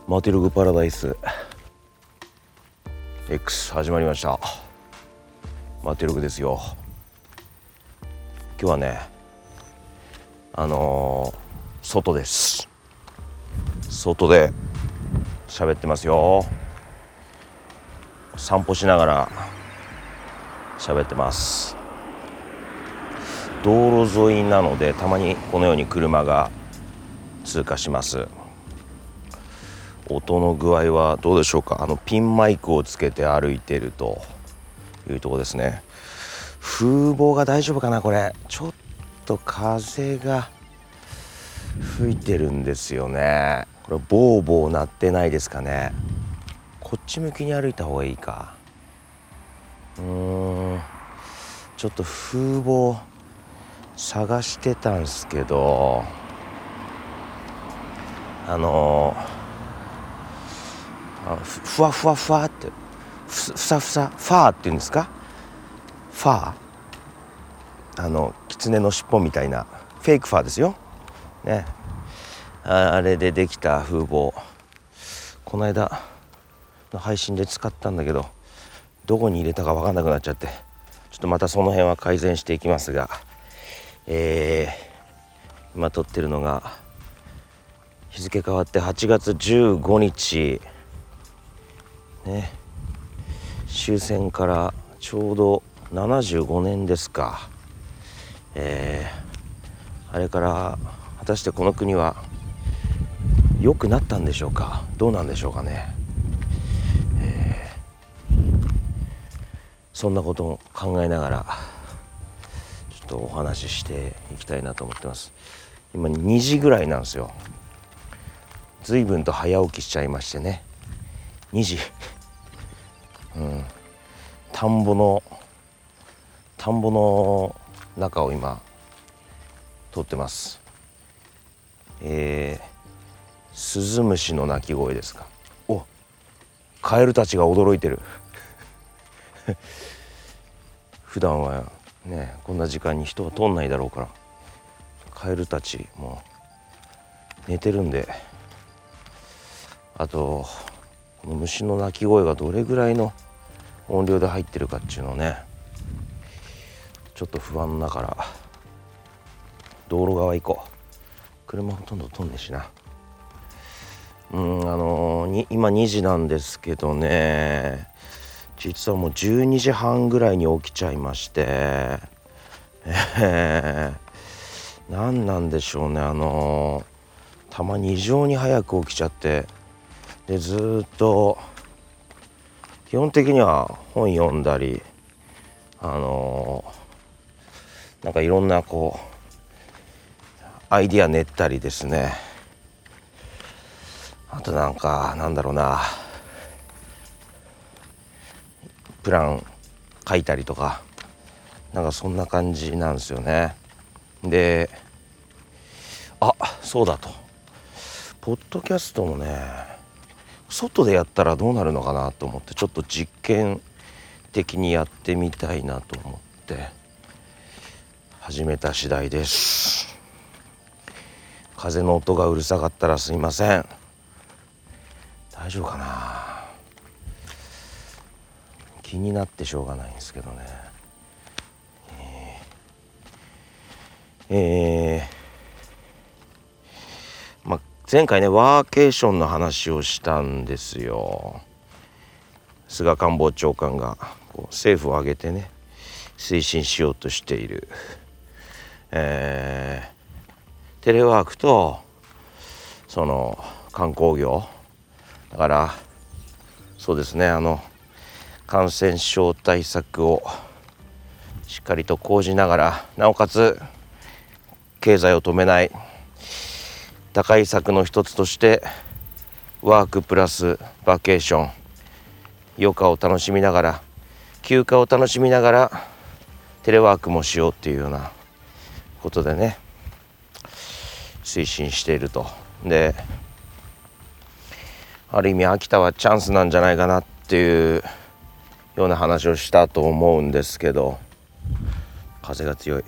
マテルグパラダイス X 始まりました。マテルグですよ。今日はね外です。外で喋ってますよ。散歩しながら喋ってます。道路沿いなのでたまにこのように車が通過します。音の具合はどうでしょうか。ピンマイクをつけて歩いているというところですね。風防が大丈夫かな。これちょっと風が吹いてるんですよね。これボーボー鳴ってないですかね。こっち向きに歩いた方がいいか。ちょっと風防探してたんすけどふわふわふわってふさふさファーっていうんですか。ファー狐の尻尾みたいなフェイクファーですよね。あれでできた風防、この間の配信で使ったんだけどどこに入れたか分かんなくなっちゃって、ちょっとまたその辺は改善していきますが、今撮ってるのが日付変わって8月15日ね。終戦からちょうど75年ですか。あれから果たしてこの国は良くなったんでしょうか、どうなんでしょうかね。そんなことを考えながらちょっとお話ししていきたいなと思ってます。今2時ぐらいなんですよ。随分と早起きしちゃいましてね。2時田んぼの中を今通ってます。スズムシの鳴き声ですか。お、カエルたちが驚いてる普段はねこんな時間に人は通んないだろうから、カエルたちも寝てるんで、あとこの虫の鳴き声がどれぐらいの音量で入ってるかっていうのをねちょっと不安だから道路側行こう。車ほとんど通んねえしな。今2時なんですけどね、実はもう12時半ぐらいに起きちゃいまして、何なんでしょうね。たまに異常に早く起きちゃって、でずっと基本的には本読んだりなんかいろんなこうアイディア練ったりですね。あとなんだろうな、プラン書いたりとか、なんかそんな感じなんですよね。で、そうだと、ポッドキャストもね外でやったらどうなるのかなと思って、ちょっと実験的にやってみたいなと思って始めた次第です。風の音がうるさかったらすいません。大丈夫かな。気になってしょうがないんですけどね。前回ねワーケーションの話をしたんですよ。菅官房長官が政府を挙げてね推進しようとしている、テレワークとその観光業だから、そうですね、感染症対策をしっかりと講じながら、なおかつ経済を止めない打開策の一つとしてワークプラスバケーション、余暇を楽しみながら休暇を楽しみながらテレワークもしようっていうようなことでね推進していると。である意味秋田はチャンスなんじゃないかなっていうような話をしたと思うんですけど、風が強い。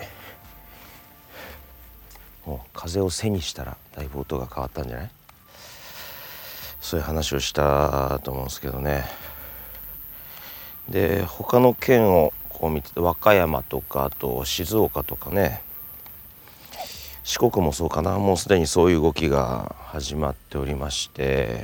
もう風を背にしたらだいぶ音が変わったんじゃない。 そういう話をしたと思うんですけどね。で他の県をこう見てて、和歌山とかあと静岡とかね、四国もそうかな、もうすでにそういう動きが始まっておりまして、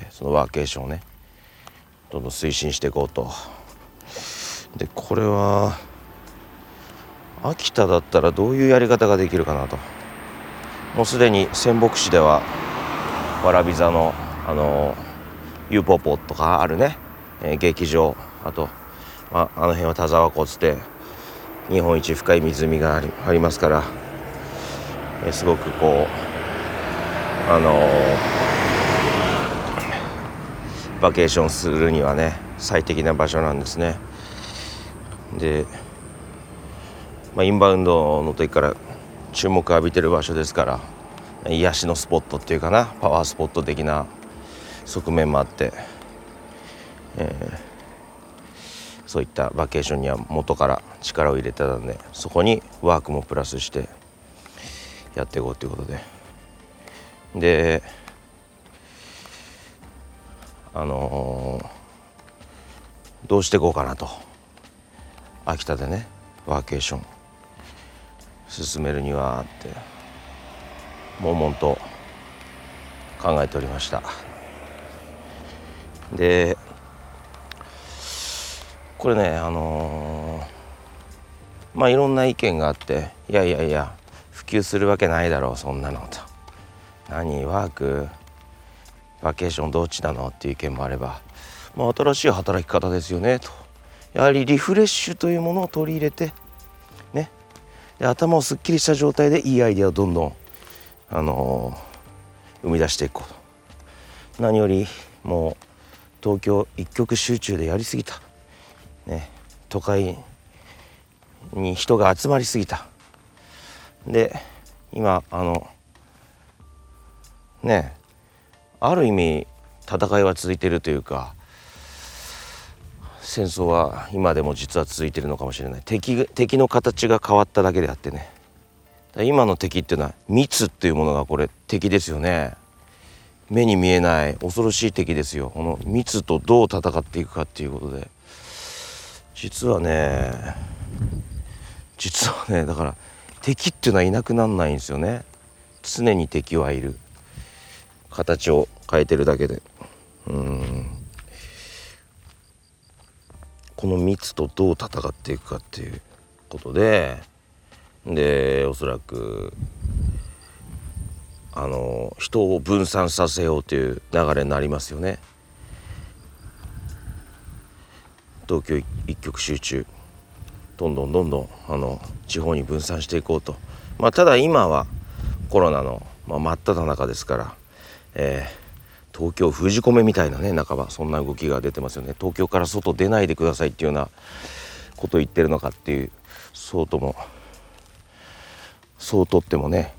そのワーケーションをねどんどん推進していこうと。でこれは秋田だったらどういうやり方ができるかなと。もうすでに仙北市ではわらび座のユーポポとかあるね、劇場、あと、あの辺は田沢湖つって日本一深い湖がありますから、すごくこうバケーションするにはね最適な場所なんですね。で、インバウンドの時から注目を浴びてる場所ですから、癒しのスポットっていうかな、パワースポット的な側面もあって、そういったバケーションには元から力を入れてたんで、そこにワークもプラスしてやっていこうということで、でどうしていこうかなと。秋田でねワーケーション進めるにはって悶々と考えておりました。でこれねいろんな意見があって、いや普及するわけないだろうそんなのと、何ワークバケーションどっちなのっていう意見もあれば、新しい働き方ですよねと、やはりリフレッシュというものを取り入れてね、で頭をすっきりした状態でいいアイデアをどんどん生み出していこうと。何よりもう東京一極集中でやりすぎたね、都会に人が集まりすぎた。で今ある意味戦いは続いているというか、戦争は今でも実は続いているのかもしれない。敵の形が変わっただけであってね、今の敵っていうのは密っていうものがこれ敵ですよね。目に見えない恐ろしい敵ですよ。この密とどう戦っていくかっていうことで、実はねだから敵っていうのはいなくならないんですよね。常に敵はいる、形を変えてるだけで。この密とどう戦っていくかっていうことで、おそらく人を分散させようという流れになりますよね。東京一極集中、どんどん地方に分散していこうと。ただ今はコロナの、真っ只中ですから、東京封じ込めみたいなね、半ばそんな動きが出てますよね。東京から外出ないでくださいっていうようなことを言ってるのかっていう、そうとってもね、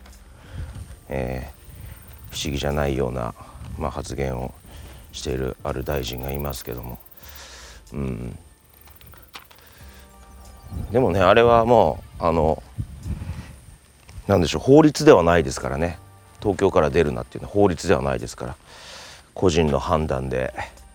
不思議じゃないような、発言をしているある大臣がいますけども、でもね、あれはもうなんでしょう、法律ではないですからね。東京から出るなっていうのは法律ではないですから、個人の判断で、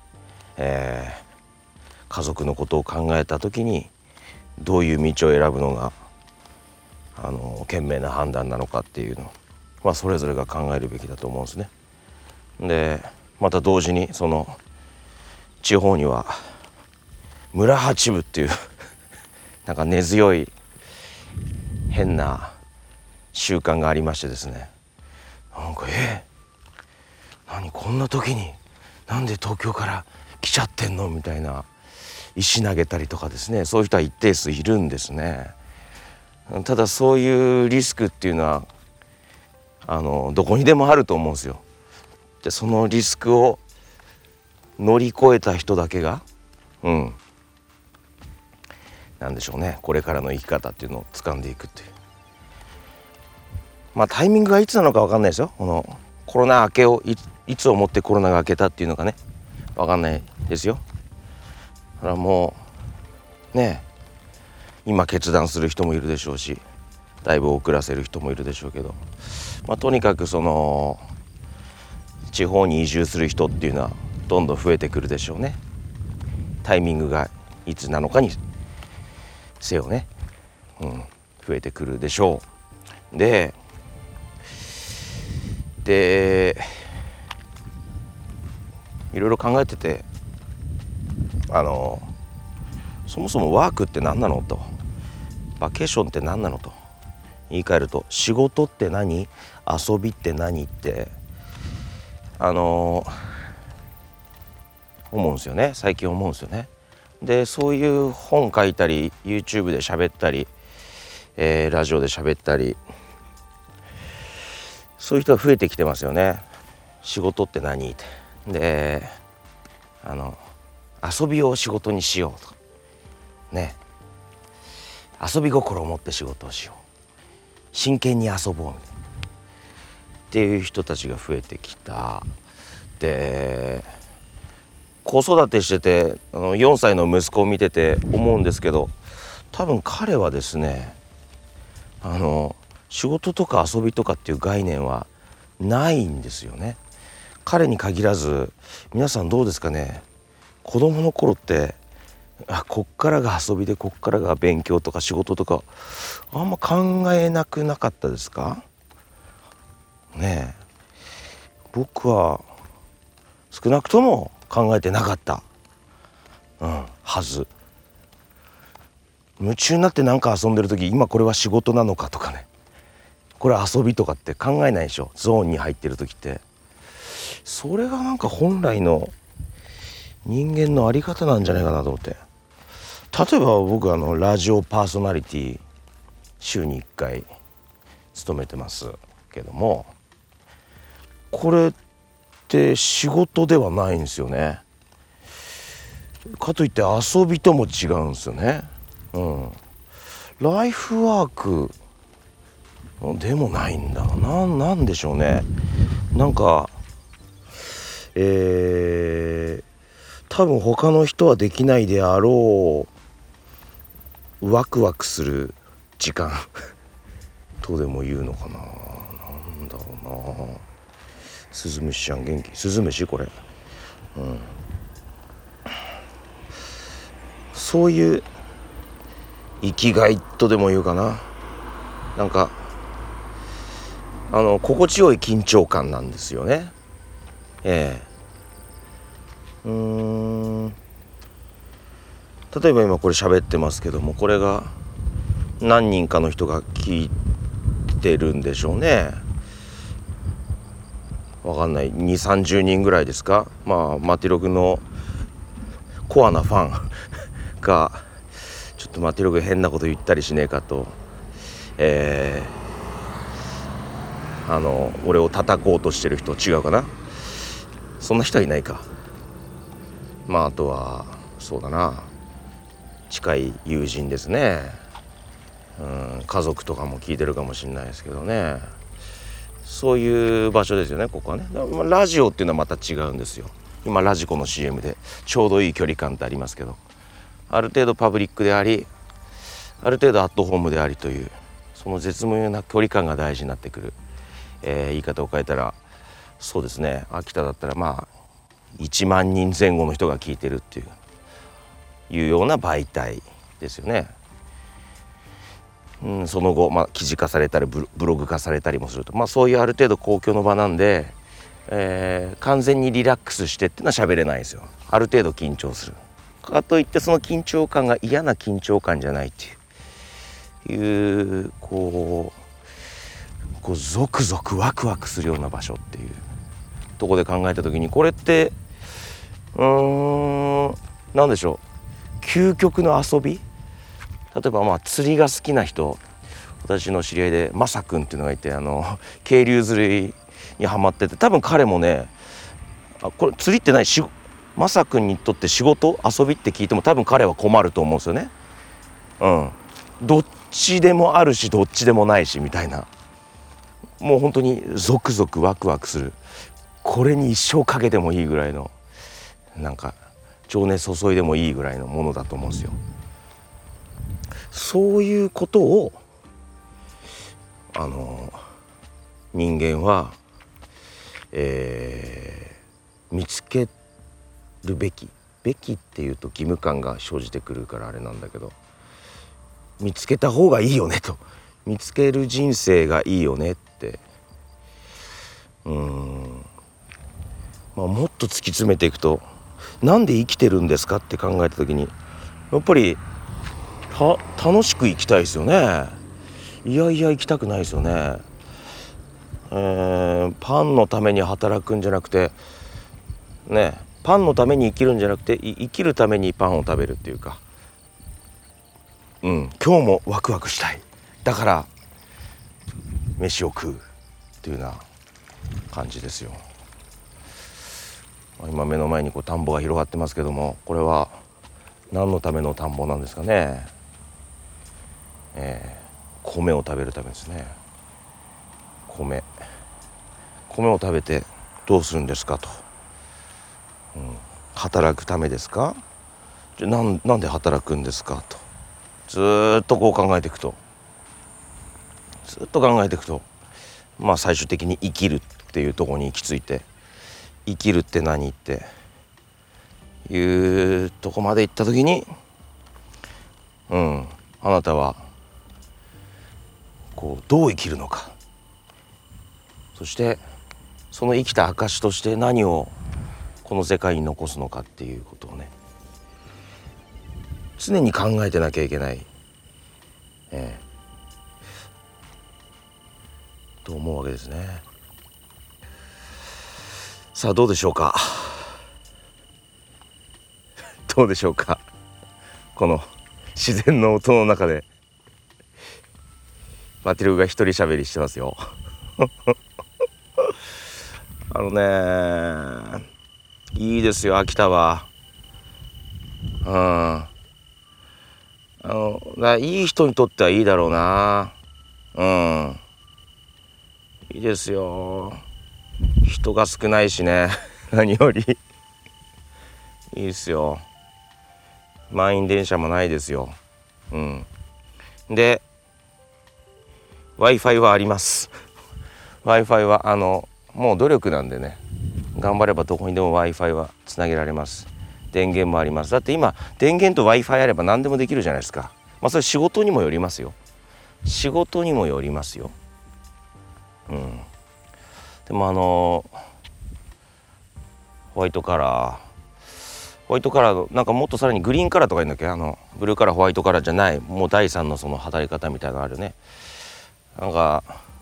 家族のことを考えた時にどういう道を選ぶのが賢明な判断なのかっていうのは、それぞれが考えるべきだと思うんですね。でまた同時にその地方には村八部っていうなんか根強い変な習慣がありましてですね、なんか何こんな時になんで東京から来ちゃってんのみたいな石投げたりとかですね、そういう人は一定数いるんですね。ただそういうリスクっていうのはどこにでもあると思うんですよ。でそのリスクを乗り越えた人だけがなんでしょうね、これからの生き方っていうのを掴んでいくっていう、タイミングがいつなのか分かんないですよ。このコロナ明けをいつをもってコロナが明けたっていうのがね分かんないですよ。だからもうね、今決断する人もいるでしょうし、だいぶ遅らせる人もいるでしょうけど、とにかくその地方に移住する人っていうのはどんどん増えてくるでしょうね。タイミングがいつなのかにせよね、増えてくるでしょう。でいろいろ考えてて、そもそもワークって何なのと、バケーションって何なのと言い換えると、仕事って何、遊びって何って思うんですよね。最近思うんですよね。でそういう本書いたり YouTube で喋ったり、ラジオで喋ったり、そういう人が増えてきてますよね。仕事って何って。で遊びを仕事にしようとかね、遊び心を持って仕事をしよう、真剣に遊ぼうっていう人たちが増えてきた。で子育てしてて4歳の息子を見てて思うんですけど、多分彼はですね仕事とか遊びとかっていう概念はないんですよね。彼に限らず皆さんどうですかね。子供の頃ってこっからが遊びでこっからが勉強とか仕事とかあんま考えなくなかったですかね。僕は少なくとも考えてなかった、はず。夢中になってなんか遊んでる時、今これは仕事なのかとかね、これは遊びとかって考えないでしょ、ゾーンに入ってる時って。それがなんか本来の人間のあり方なんじゃないかなと思って。例えば僕ラジオパーソナリティ週に1回務めてますけども、これって仕事ではないんですよね。かといって遊びとも違うんですよね。ライフワークでもないんだ。なんでしょうね。なんか多分他の人はできないであろうワクワクする時間とでも言うのかな。なんだろうな。スズムシちゃん元気？スズムシこれ、そういう生きがいとでも言うかな。なんか心地よい緊張感なんですよね。例えば今これ喋ってますけども、これが何人かの人が聞いてるんでしょうね。わかんない、2、30人ぐらいですか。マティログのコアなファンがちょっとマティログ変なこと言ったりしねえかと、俺を叩こうとしてる人、違うかな。そんな人はいないか。あとはそうだな、近い友人ですね。家族とかも聞いてるかもしれないですけどね。そういう場所ですよね、ここはね。ラジオっていうのはまた違うんですよ。今ラジコの CM でちょうどいい距離感ってありますけど、ある程度パブリックであり、ある程度アットホームでありという、その絶妙な距離感が大事になってくる。言い方を変えたらそうですね、秋田だったら1万人前後の人が聞いてるっていうような媒体ですよね。その後、記事化されたりブログ化されたりもすると、そういうある程度公共の場なんで、完全にリラックスしてっていうのは喋れないんですよ。ある程度緊張する。かといってその緊張感が嫌な緊張感じゃないっていうこうゾクゾクワクワクするような場所っていうところで考えた時に、これって何でしょう、究極の遊び。例えば釣りが好きな人、私の知り合いでマサ君っていうのがいて、渓流釣りにハマってて、多分彼もね、これ釣りってないし、マサ君にとって仕事遊びって聞いても多分彼は困ると思うんですよね。どっちでもあるしどっちでもないしみたいな、もう本当にゾクゾクワクワクする、これに一生かけてもいいぐらいの、なんか情熱注いでもいいぐらいのものだと思うんですよ。そういうことを人間は、見つけるべきっていうと義務感が生じてくるからあれなんだけど、見つけた方がいいよねと、見つける人生がいいよねって、もっと突き詰めていくと、なんで生きてるんですかって考えた時に、やっぱり楽しく生きたいですよね。いや生きたくないですよね。パンのために働くんじゃなくてね、パンのために生きるんじゃなくて生きるためにパンを食べるっていうか、今日もワクワクしたい、だから飯を食うっていうような感じですよ。今目の前に田んぼが広がってますけども、これは何のための田んぼなんですかね。米を食べるためですね。米を食べてどうするんですかと、働くためですか、じゃなんで働くんですかと、ずっと考えていくと、最終的に生きるっていうところに行き着いて、生きるって何っていうとこまで行った時に、あなたはどう生きるのか、そしてその生きた証として何をこの世界に残すのかっていうことをね、常に考えてなきゃいけない、と思うわけですね。さあどうでしょうかこの自然の音の中でマティルが一人喋りしてますよいいですよ秋田は。いい人にとってはいいだろうな。いいですよ。人が少ないしね何よりいいですよ。満員電車もないですよ。で Wi-Fi はありますWi-Fi はもう努力なんでね、頑張ればどこにでも Wi-Fi はつなげられます。電源もあります。だって今電源と Wi-Fi あれば何でもできるじゃないですか。それ仕事にもよりますよ。でもホワイトカラーなんかもっとさらにグリーンカラーとか言うんだっけ、ブルーカラーホワイトカラーじゃない、もう第三のその働き方みたいなのあるね。なんか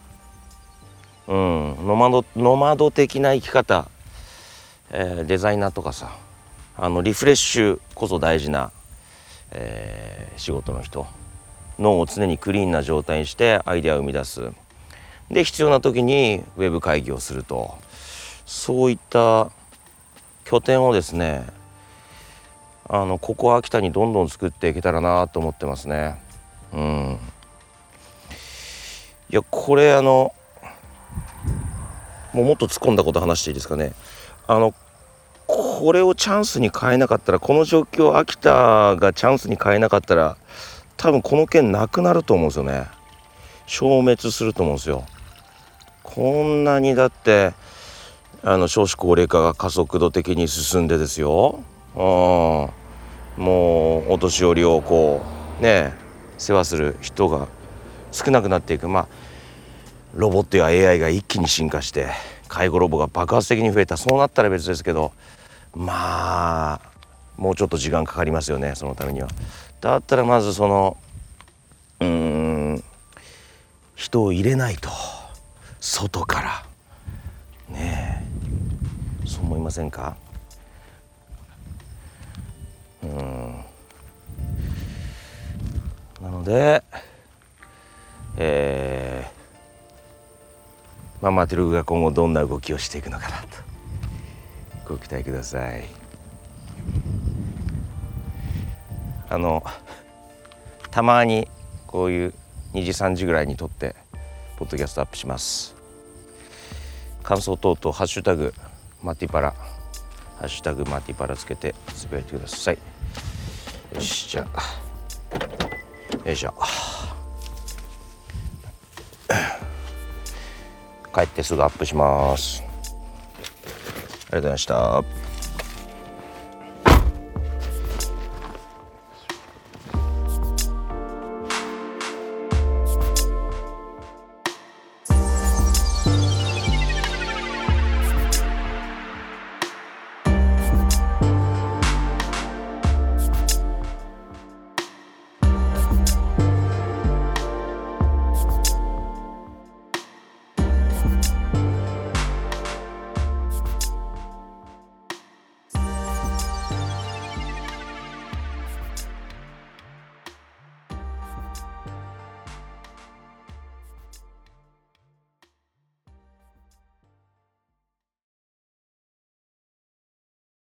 ノマド的な生き方、デザイナーとかさ、リフレッシュこそ大事な、仕事の人、脳を常にクリーンな状態にしてアイデアを生み出す。で必要な時にウェブ会議をすると、そういった拠点をですね、ここ秋田にどんどん作っていけたらなと思ってますね。いやこれもっと突っ込んだこと話していいですかね。これをチャンスに変えなかったら、この状況秋田がチャンスに変えなかったら、多分この県なくなると思うんですよね。消滅すると思うんですよ。こんなにだって少子高齢化が加速度的に進んでですよ、もうお年寄りを世話する人が少なくなっていく。ロボットや AI が一気に進化して介護ロボが爆発的に増えた。そうなったら別ですけど、もうちょっと時間かかりますよね、そのためには。だったらまず人を入れないと、外からねえ、そう思いませんか。なのでマティルが今後どんな動きをしていくのかなとご期待ください。たまにこういう2時3時ぐらいに撮ってポッドキャストアップします。感想等々ハッシュタグマティパラつけてつぶやいてください。よし、じゃあよいしょ。帰ってすぐアップします。ありがとうございました。